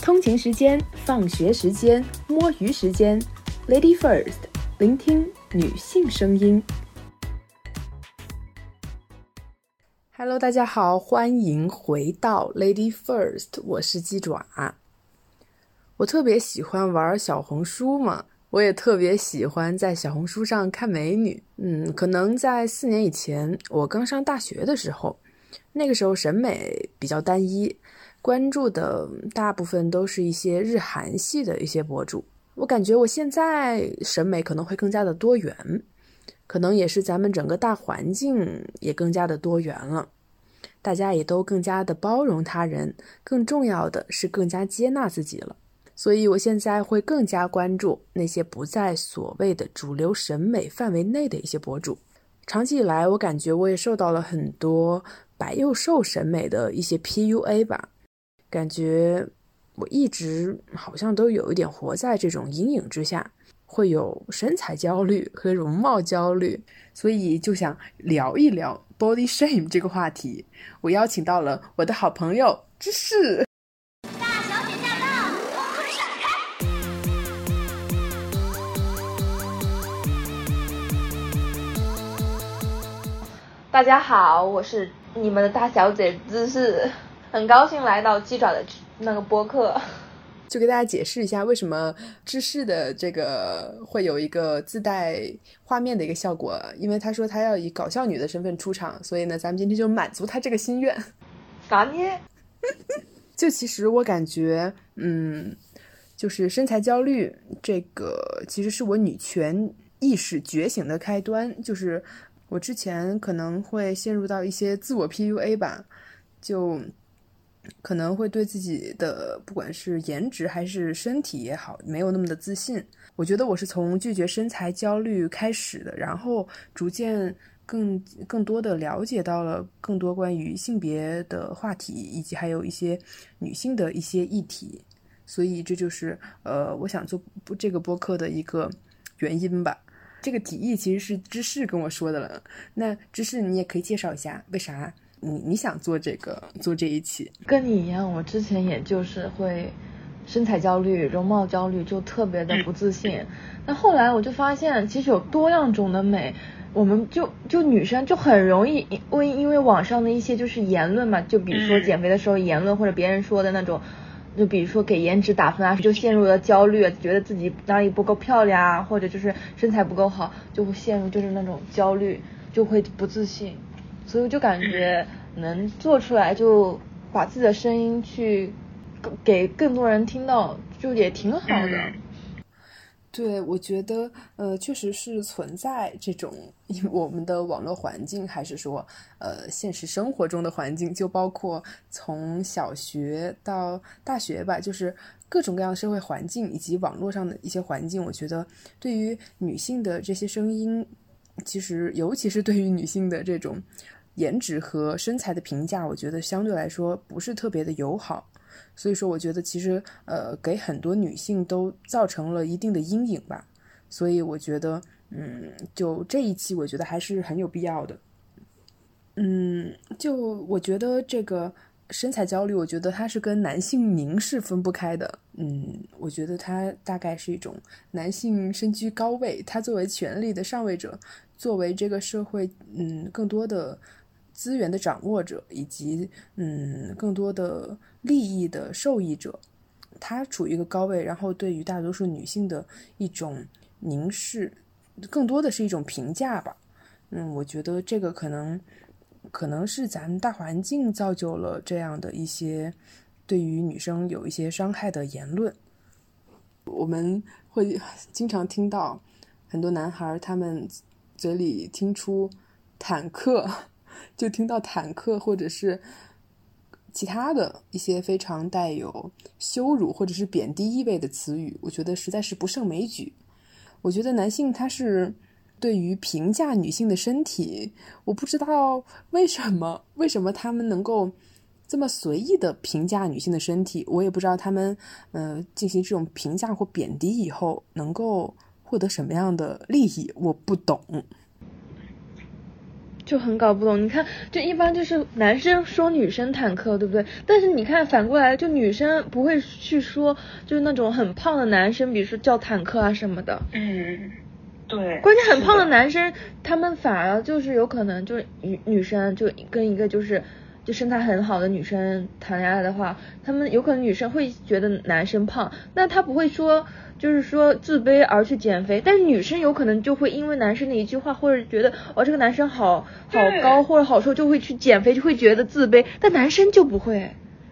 通勤时间、放学时间、摸鱼时间 ，Lady First， 聆听女性声音。Hello， 大家好，欢迎回到 Lady First， 我是鸡爪。我特别喜欢玩小红书嘛，我也特别喜欢在小红书上看美女。可能在4年以前，我刚上大学的时候，那个时候审美比较单一，关注的大部分都是一些日韩系的一些博主。我感觉我现在审美可能会更加的多元，可能也是咱们整个大环境也更加的多元了，大家也都更加的包容他人，更重要的是更加接纳自己了。所以我现在会更加关注那些不在所谓的主流审美范围内的一些博主。长期以来，我感觉我也受到了很多白幼瘦审美的一些 PUA 吧，感觉我一直好像都有一点活在这种阴影之下，会有身材焦虑和容貌焦虑，所以就想聊一聊 body shame 这个话题。我邀请到了我的好朋友芝士。 大家好，我是你们的大小姐芝士，很高兴来到鸡爪的那个播客。 就给大家解释一下为什么芝士的这个会有一个自带画面的一个效果，因为他说他要以搞笑女的身份出场，所以呢咱们今天就满足他这个心愿。 啥呢？ 就其实我感觉就是身材焦虑这个其实是我女权意识觉醒的开端，就是我之前可能会陷入到一些自我 PUA 吧，就可能会对自己的不管是颜值还是身体也好没有那么的自信。我觉得我是从拒绝身材焦虑开始的，然后逐渐更多的了解到了更多关于性别的话题，以及还有一些女性的一些议题，所以这就是我想做这个播客的一个原因吧。这个提议其实是芝士跟我说的了，那芝士你也可以介绍一下为啥你想做这一期。 跟你一样，我之前也就是会身材焦虑、容貌焦虑，就特别的不自信。那后来我就发现，其实有多样种的美，我们就女生就很容易因为网上的一些就是言论嘛，就比如说减肥的时候言论或者别人说的那种。就比如说给颜值打分啊，就陷入了焦虑，觉得自己哪里不够漂亮啊，或者就是身材不够好，就会陷入就是那种焦虑，就会不自信。所以我就感觉能做出来，就把自己的声音去给更多人听到，就也挺好的。 对，我觉得确实是存在这种，因为我们的网络环境还是说现实生活中的环境，就包括从小学到大学吧，就是各种各样的社会环境以及网络上的一些环境，我觉得对于女性的这些声音，其实尤其是对于女性的这种颜值和身材的评价，我觉得相对来说不是特别的友好。所以说我觉得其实给很多女性都造成了一定的阴影吧，所以我觉得就这一期我觉得还是很有必要的。就我觉得这个身材焦虑，我觉得它是跟男性凝视分不开的。我觉得它大概是一种男性身居高位，他作为权力的上位者，作为这个社会更多的资源的掌握者，以及更多的利益的受益者，他处于一个高位，然后对于大多数女性的一种凝视，更多的是一种评价吧。我觉得这个可能是咱们大环境造就了这样的一些对于女生有一些伤害的言论。我们会经常听到很多男孩他们嘴里听出坦克，就听到坦克或者是其他的一些非常带有羞辱或者是贬低意味的词语，我觉得实在是不胜枚举。我觉得男性他是对于评价女性的身体，我不知道为什么他们能够这么随意的评价女性的身体，我也不知道他们进行这种评价或贬低以后能够获得什么样的利益，我不懂。 就很搞不懂。你看，就一般就是男生说女生坦克，对不对？但是你看反过来，就女生不会去说，就是那种很胖的男生，比如说叫坦克啊什么的。 对。 关键很胖的男生，他们反而就是有可能就是女生就跟一个就身材很好的女生谈恋爱的话，他们有可能女生会觉得男生胖，那他不会说就是说自卑而去减肥，但是女生有可能就会因为男生的一句话，或者觉得这个男生好高或者好瘦，就会去减肥，就会觉得自卑，但男生就不会。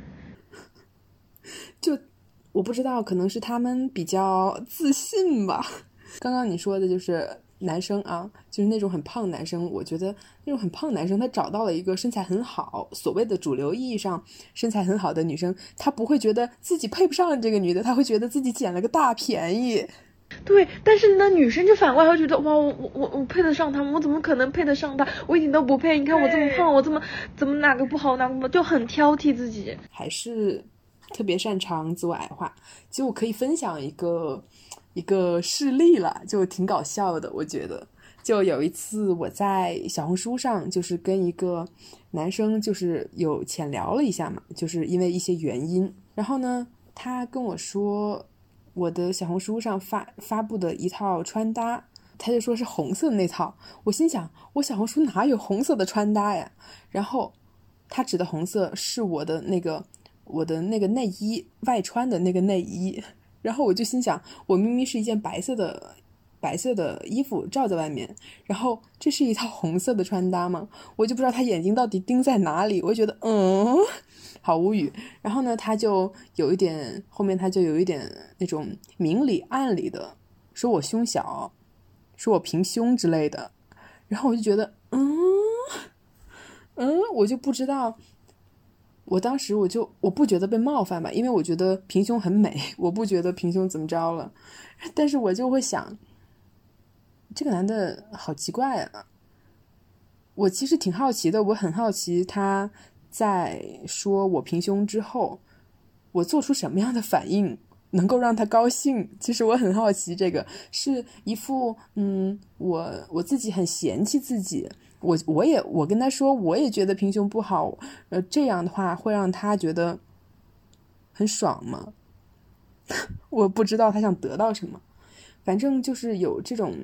就我不知道，可能是他们比较自信吧。刚刚你说的就是男生啊，就是那种很胖的男生，我觉得那种很胖的男生他找到了一个身材很好，所谓的主流意义上身材很好的女生，他不会觉得自己配不上这个女的，他会觉得自己捡了个大便宜。 对，但是呢，女生就反过来会觉得，哇，我配得上他吗？我怎么可能配得上他？我一点都不配。你看我这么胖，我怎么哪个不好哪个不好，就很挑剔自己。 还是特别擅长自我矮化。其实我可以分享一个事例了，就挺搞笑的，我觉得。就有一次我在小红书上就是跟一个男生就是有浅聊了一下嘛，就是因为一些原因，然后呢他跟我说我的小红书上发布的一套穿搭，他就说是红色的那套，我心想我小红书哪有红色的穿搭呀？然后他指的红色是我的那个内衣外穿的那个内衣，然后我就心想我明明是一件白色的衣服罩在外面，然后这是一套红色的穿搭吗？我就不知道他眼睛到底盯在哪里，我觉得好无语。然后呢他就有一点后面他就有一点那种明里暗里的说我胸小，说我平胸之类的，然后我就觉得我就不知道，我当时我不觉得被冒犯吧，因为我觉得平胸很美，我不觉得平胸怎么着了，但是我就会想这个男的好奇怪啊。我其实挺好奇的，我很好奇他在说我平胸之后我做出什么样的反应能够让他高兴。其实我很好奇，这个是一副我自己很嫌弃自己，我跟他说我也觉得平胸不好，这样的话会让他觉得很爽吗？我不知道他想得到什么，反正就是有这种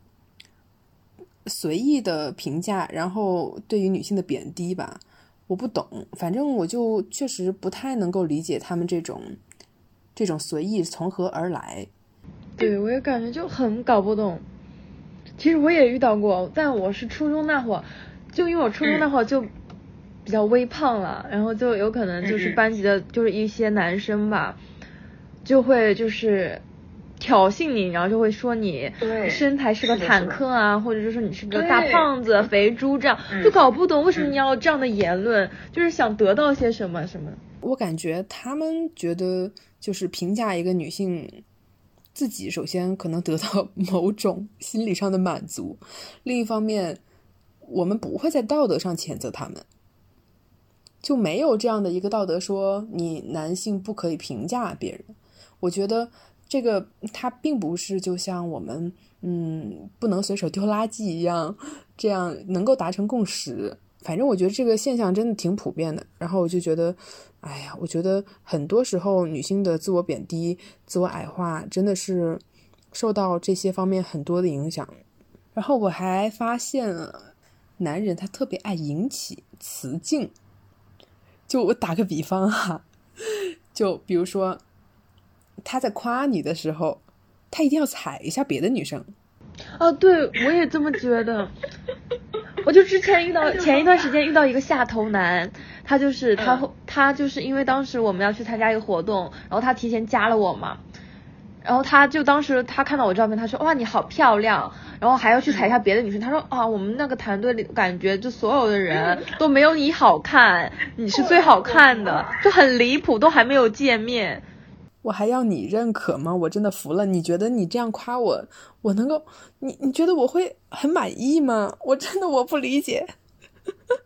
随意的评价，然后对于女性的贬低吧，我不懂，反正我就确实不太能够理解他们这种随意从何而来。 对，我也感觉就很搞不懂。其实我也遇到过，但我是初中那会儿，就因为我初中那会儿就比较微胖了，然后就有可能就是班级的就是一些男生吧，就会就是挑衅你，然后就会说你身材是个坦克啊，或者就说你是个大胖子肥猪，这样就搞不懂为什么你要这样的言论，就是想得到些什么什么。 我感觉他们觉得就是评价一个女性，自己首先可能得到某种心理上的满足，另一方面我们不会在道德上谴责他们，就没有这样的一个道德说你男性不可以评价别人。我觉得这个它并不是就像我们不能随手丢垃圾一样，这样能够达成共识。反正我觉得这个现象真的挺普遍的，然后我就觉得哎呀，我觉得很多时候女性的自我贬低自我矮化真的是受到这些方面很多的影响。然后我还发现了男人他特别爱引起雌竞，就我打个比方哈，就比如说他在夸你的时候，他一定要踩一下别的女生。 对，我也这么觉得。我就前一段时间遇到一个下头男，他就是他就是因为当时我们要去参加一个活动，然后他提前加了我嘛，然后他就当时他看到我照片，他说哇你好漂亮，然后还要去踩一下别的女生，他说我们那个团队里感觉就所有的人都没有你好看，你是最好看的，就很离谱，都还没有见面。 我还要你认可吗？我真的服了。你觉得你这样夸我，我能够你觉得我会很满意吗？我真的我不理解。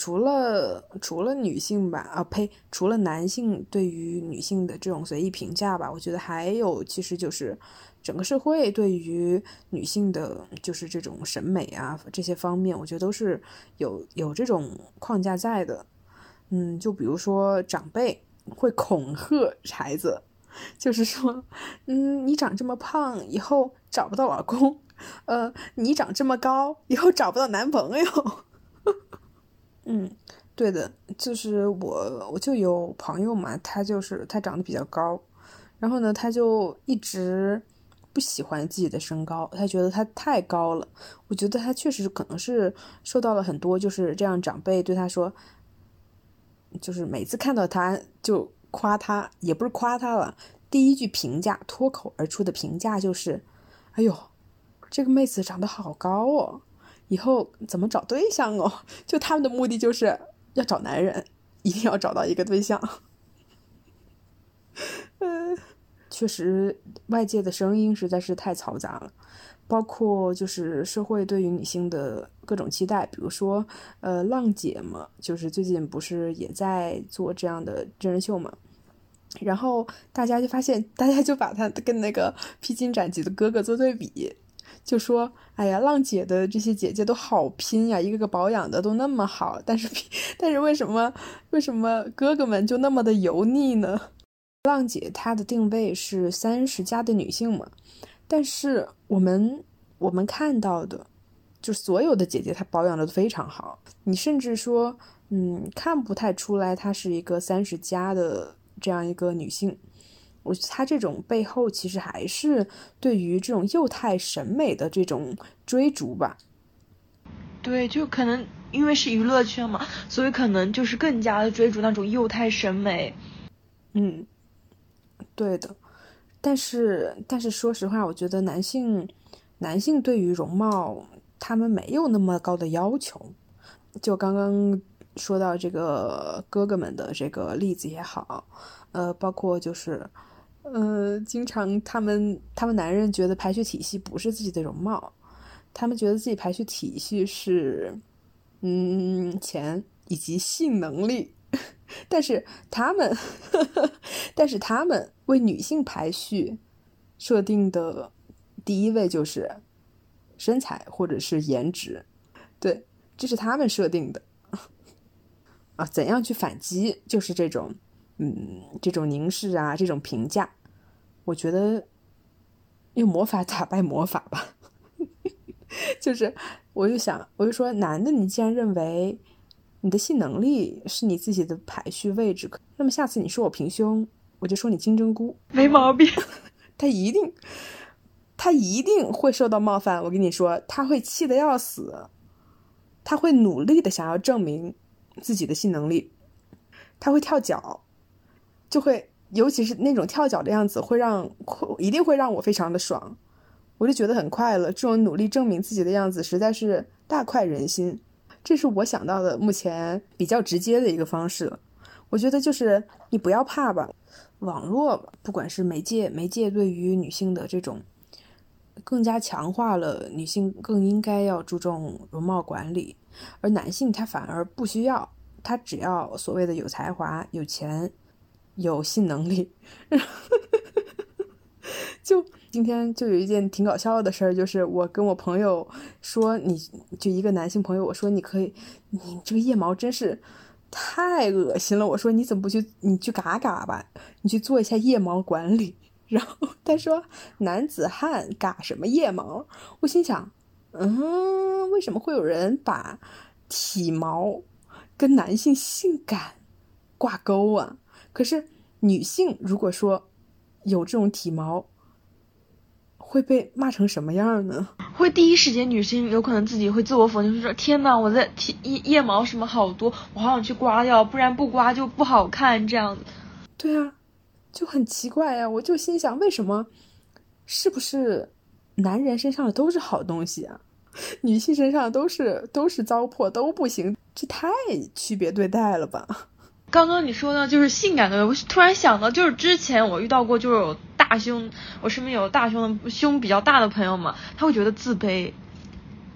除了女性吧，除了男性对于女性的这种随意评价吧，我觉得还有其实就是整个社会对于女性的就是这种审美啊这些方面，我觉得都是有这种框架在的。就比如说长辈会恐吓孩子，就是说，你长这么胖，以后找不到老公，你长这么高，以后找不到男朋友。对的，就是我就有朋友嘛，他长得比较高，然后呢，他就一直不喜欢自己的身高，他觉得他太高了。我觉得他确实可能是受到了很多就是这样长辈对他说，就是每次看到他就夸他，也不是夸他了，第一句评价脱口而出的评价就是哎呦，这个妹子长得好高哦，以后怎么找对象哦，就他们的目的就是要找男人，一定要找到一个对象。确实外界的声音实在是太嘈杂了，包括就是社会对于女性的各种期待，比如说浪姐嘛，就是最近不是也在做这样的真人秀嘛，然后大家就把她跟那个披荆斩棘的哥哥做对比，就说哎呀，浪姐的这些姐姐都好拼呀，一个个保养的都那么好，但是为什么哥哥们就那么的油腻呢？浪姐她的定位是30+的女性嘛，但是我们看到的就所有的姐姐她保养的都非常好，你甚至说看不太出来她是一个30+的这样一个女性。我觉得她这种背后其实还是对于这种幼态审美的这种追逐吧。 对，就可能因为是娱乐圈嘛，所以可能就是更加的追逐那种幼态审美。 对的，但是说实话，我觉得男性对于容貌他们没有那么高的要求。就刚刚说到这个哥哥们的这个例子也好，包括就是经常他们男人觉得排序体系不是自己的容貌，他们觉得自己排序体系是钱以及性能力。但是他们为女性排序设定的第一位就是身材或者是颜值，对，这是他们设定的。怎样去反击就是这种凝视啊，这种评价，我觉得用魔法打败魔法吧。就是我就说，男的你既然认为你的性能力是你自己的排序位置，那么下次你说我平胸，我就说你金针菇， 没毛病。 他一定会受到冒犯，我跟你说，他会气得要死，他会努力的想要证明自己的性能力，他会跳脚，就会尤其是那种跳脚的样子一定会让我非常的爽，我就觉得很快乐，这种努力证明自己的样子实在是大快人心。这是我想到的目前比较直接的一个方式了。我觉得就是你不要怕吧，网络不管是媒介对于女性的这种更加强化了女性更应该要注重容貌管理，而男性他反而不需要，他只要所谓的有才华、有钱、有性能力。就今天就有一件挺搞笑的事儿，就是我跟我朋友说，就一个男性朋友，我说你这个腋毛真是太恶心了，我说你怎么不你去嘎嘎吧，你去做一下腋毛管理。然后他说男子汉嘎什么腋毛，我心想为什么会有人把体毛跟男性性感挂钩啊？可是女性如果说有这种体毛会被骂成什么样呢？ 会第一时间女性有可能自己会自我否定，说天哪，我的腋毛什么好多，我好想去刮掉，不然不刮就不好看，这样。 对啊，就很奇怪啊，我就心想为什么，是不是男人身上的都是好东西啊，女性身上都是糟粕，都不行，这太区别对待了吧。 刚刚你说的就是性感的，我突然想到，就是之前我遇到过，就是有大胸，我身边有大胸的胸比较大的朋友嘛，他会觉得自卑。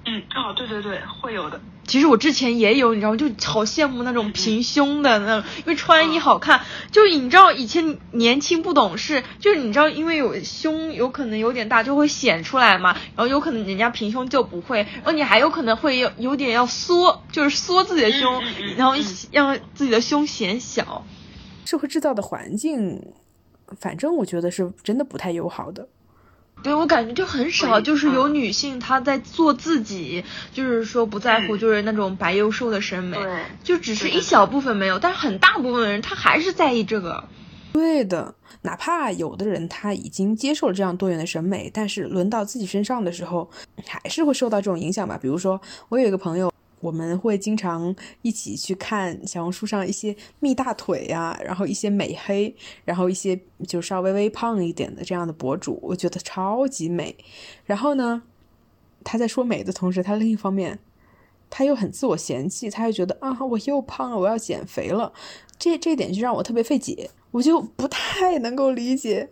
对对对，会有的。 其实我之前也有，你知道吗？就好羡慕那种平胸的那种，因为穿衣好看。就是你知道以前年轻不懂事，就是你知道因为有胸有可能有点大就会显出来嘛，然后有可能人家平胸就不会，然后你还有可能会有点要缩，就是缩自己的胸，然后让自己的胸显小。 社会制造的环境，反正我觉得是真的不太友好的。 对，我感觉就很少，就是有女性她在做自己，就是说不在乎就是那种白幼瘦的审美，就只是一小部分没有，但是很大部分人她还是在意这个。 对的，哪怕有的人他已经接受了这样多元的审美，但是轮到自己身上的时候，还是会受到这种影响吧。比如说，我有一个朋友，我们会经常一起去看小红书上一些蜜大腿呀，然后一些美黑，然后一些就稍微微胖一点的这样的博主，我觉得超级美。然后呢，他在说美的同时，他另一方面他又很自我嫌弃，他又觉得啊，我又胖了，我要减肥了。这点就让我特别费解，我就不太能够理解。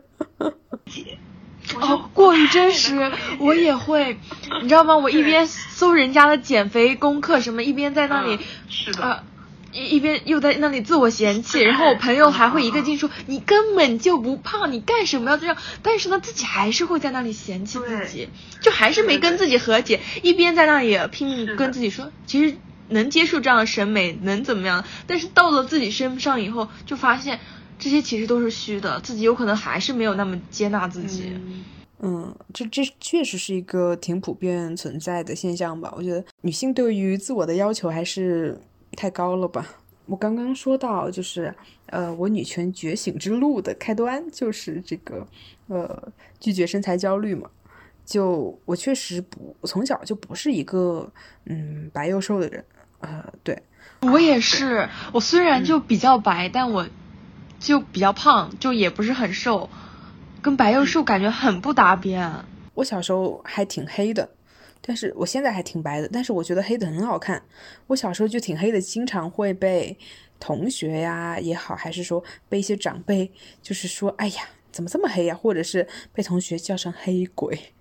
过于真实，我也会，你知道吗？我一边搜人家的减肥功课什么，一边在那里， 是的， 一边又在那里自我嫌弃，然后我朋友还会一个劲说你根本就不胖，你干什么要这样？但是呢，自己还是会在那里嫌弃自己，就还是没跟自己和解，一边在那里拼命跟自己说，其实能接受这样的审美能怎么样？但是到了自己身上以后，就发现这些其实都是虚的，自己有可能还是没有那么接纳自己。 这确实是一个挺普遍存在的现象吧。我觉得女性对于自我的要求还是太高了吧。我刚刚说到就是我女权觉醒之路的开端就是这个拒绝身材焦虑嘛。就我确实从小就不是一个白又瘦的人。对， 我也是，我虽然就比较白，但我就比较胖，就也不是很瘦，跟白又瘦感觉很不搭边。 我小时候还挺黑的，但是我现在还挺白的，但是我觉得黑的很好看。我小时候就挺黑的，经常会被同学呀也好，还是说被一些长辈就是说哎呀怎么这么黑呀，或者是被同学叫成黑鬼。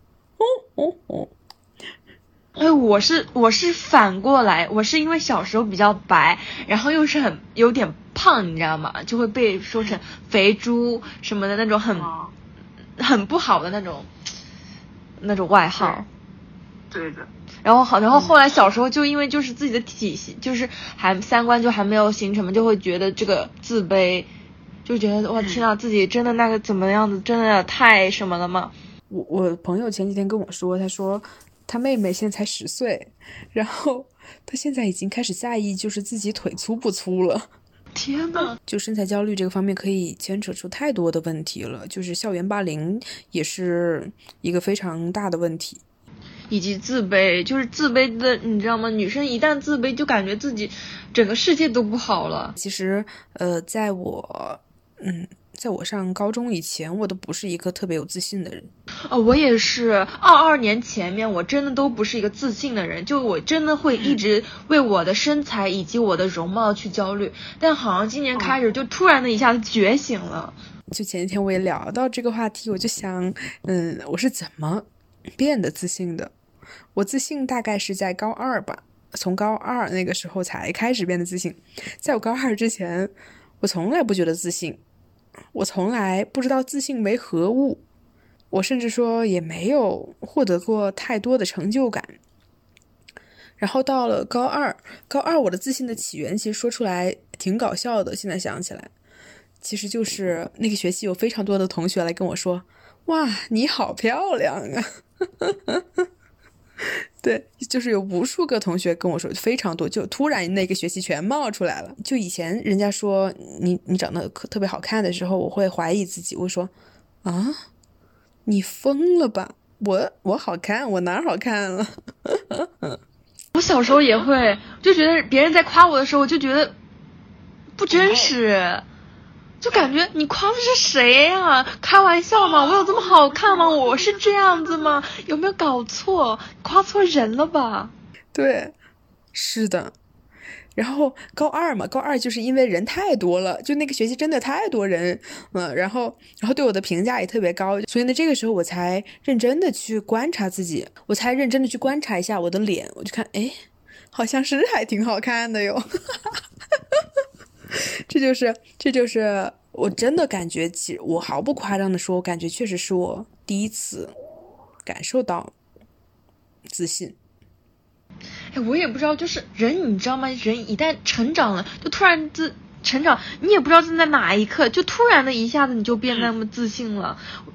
我是反过来，我是因为小时候比较白，然后又是有点胖，你知道吗？就会被说成肥猪什么的那种很不好的那种外号。 对的。 然后后来小时候就因为就是自己的体系，就是还三观就还没有形成，就会觉得这个自卑，就觉得哇天啊，自己真的那个怎么样子，真的太什么了吗？ 我朋友前几天跟我说，他说他妹妹现在才10岁，然后他现在已经开始在意就是自己腿粗不粗了。 天哪！ 就身材焦虑这个方面可以牵扯出太多的问题了，就是校园霸凌也是一个非常大的问题， 以及自卑，就是自卑的，你知道吗？女生一旦自卑，就感觉自己整个世界都不好了。 其实在我上高中以前，我都不是一个特别有自信的人。 我也是，22年前面我真的都不是一个自信的人，就我真的会一直为我的身材以及我的容貌去焦虑，但好像今年开始就突然的一下子觉醒了。 就前几天我也聊到这个话题，我就想，我是怎么变得自信的？我自信大概是在高2吧，从高2那个时候才开始变得自信。在我高2之前，我从来不觉得自信，我从来不知道自信为何物，我甚至说也没有获得过太多的成就感。然后到了高二我的自信的起源其实说出来挺搞笑的，现在想起来其实就是那个学期有非常多的同学来跟我说，哇你好漂亮啊对，就是有无数个同学跟我说，非常多，就突然那个学期全冒出来了。就以前人家说你长得特别好看的时候，我会怀疑自己，我会说啊你疯了吧，我好看，我哪儿好看了我小时候也会，就觉得别人在夸我的时候，我就觉得不真实，就感觉你夸的是谁呀？开玩笑吗？我有这么好看吗？我是这样子吗？有没有搞错？夸错人了吧？ 对，是的， 然后高二嘛，高二就是因为人太多了，就那个学期真的太多人，然后对我的评价也特别高，所以呢，这个时候我才认真的去观察自己，我才认真的去观察一下我的脸，我就看，哎，好像是还挺好看的哟。这就是我真的感觉，我毫不夸张的说，我感觉确实是我第一次感受到自信。 哎，我也不知道，就是人，你知道吗？人一旦成长了，就突然成长，你也不知道是在哪一刻，就突然的一下子你就变那么自信了。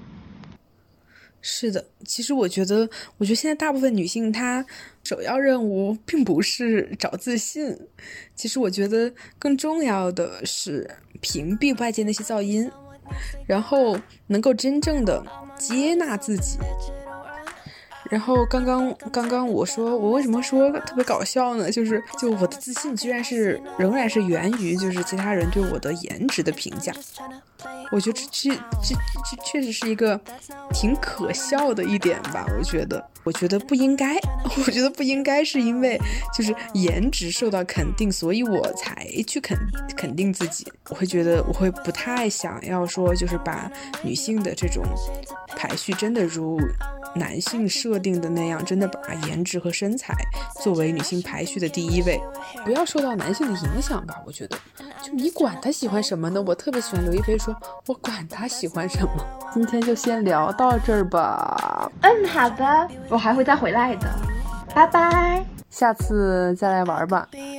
是的，其实我觉得现在大部分女性她首要任务并不是找自信，其实我觉得更重要的是屏蔽外界那些噪音，然后能够真正的接纳自己。然后刚刚我为什么说特别搞笑呢？就我的自信居然仍然是源于就是其他人对我的颜值的评价。我觉得这确实是一个挺可笑的一点吧。我觉得不应该，是因为就是颜值受到肯定，所以我才去肯定自己。我会不太想要说就是把女性的这种排序真的如男性设定的那样，真的把颜值和身材作为女性排序的第一位，不要受到男性的影响吧。我觉得就你管他喜欢什么呢？我特别喜欢刘亦菲说我管他喜欢什么。今天就先聊到这儿吧。 好的，我还会再回来的，拜拜， 下次再来玩吧。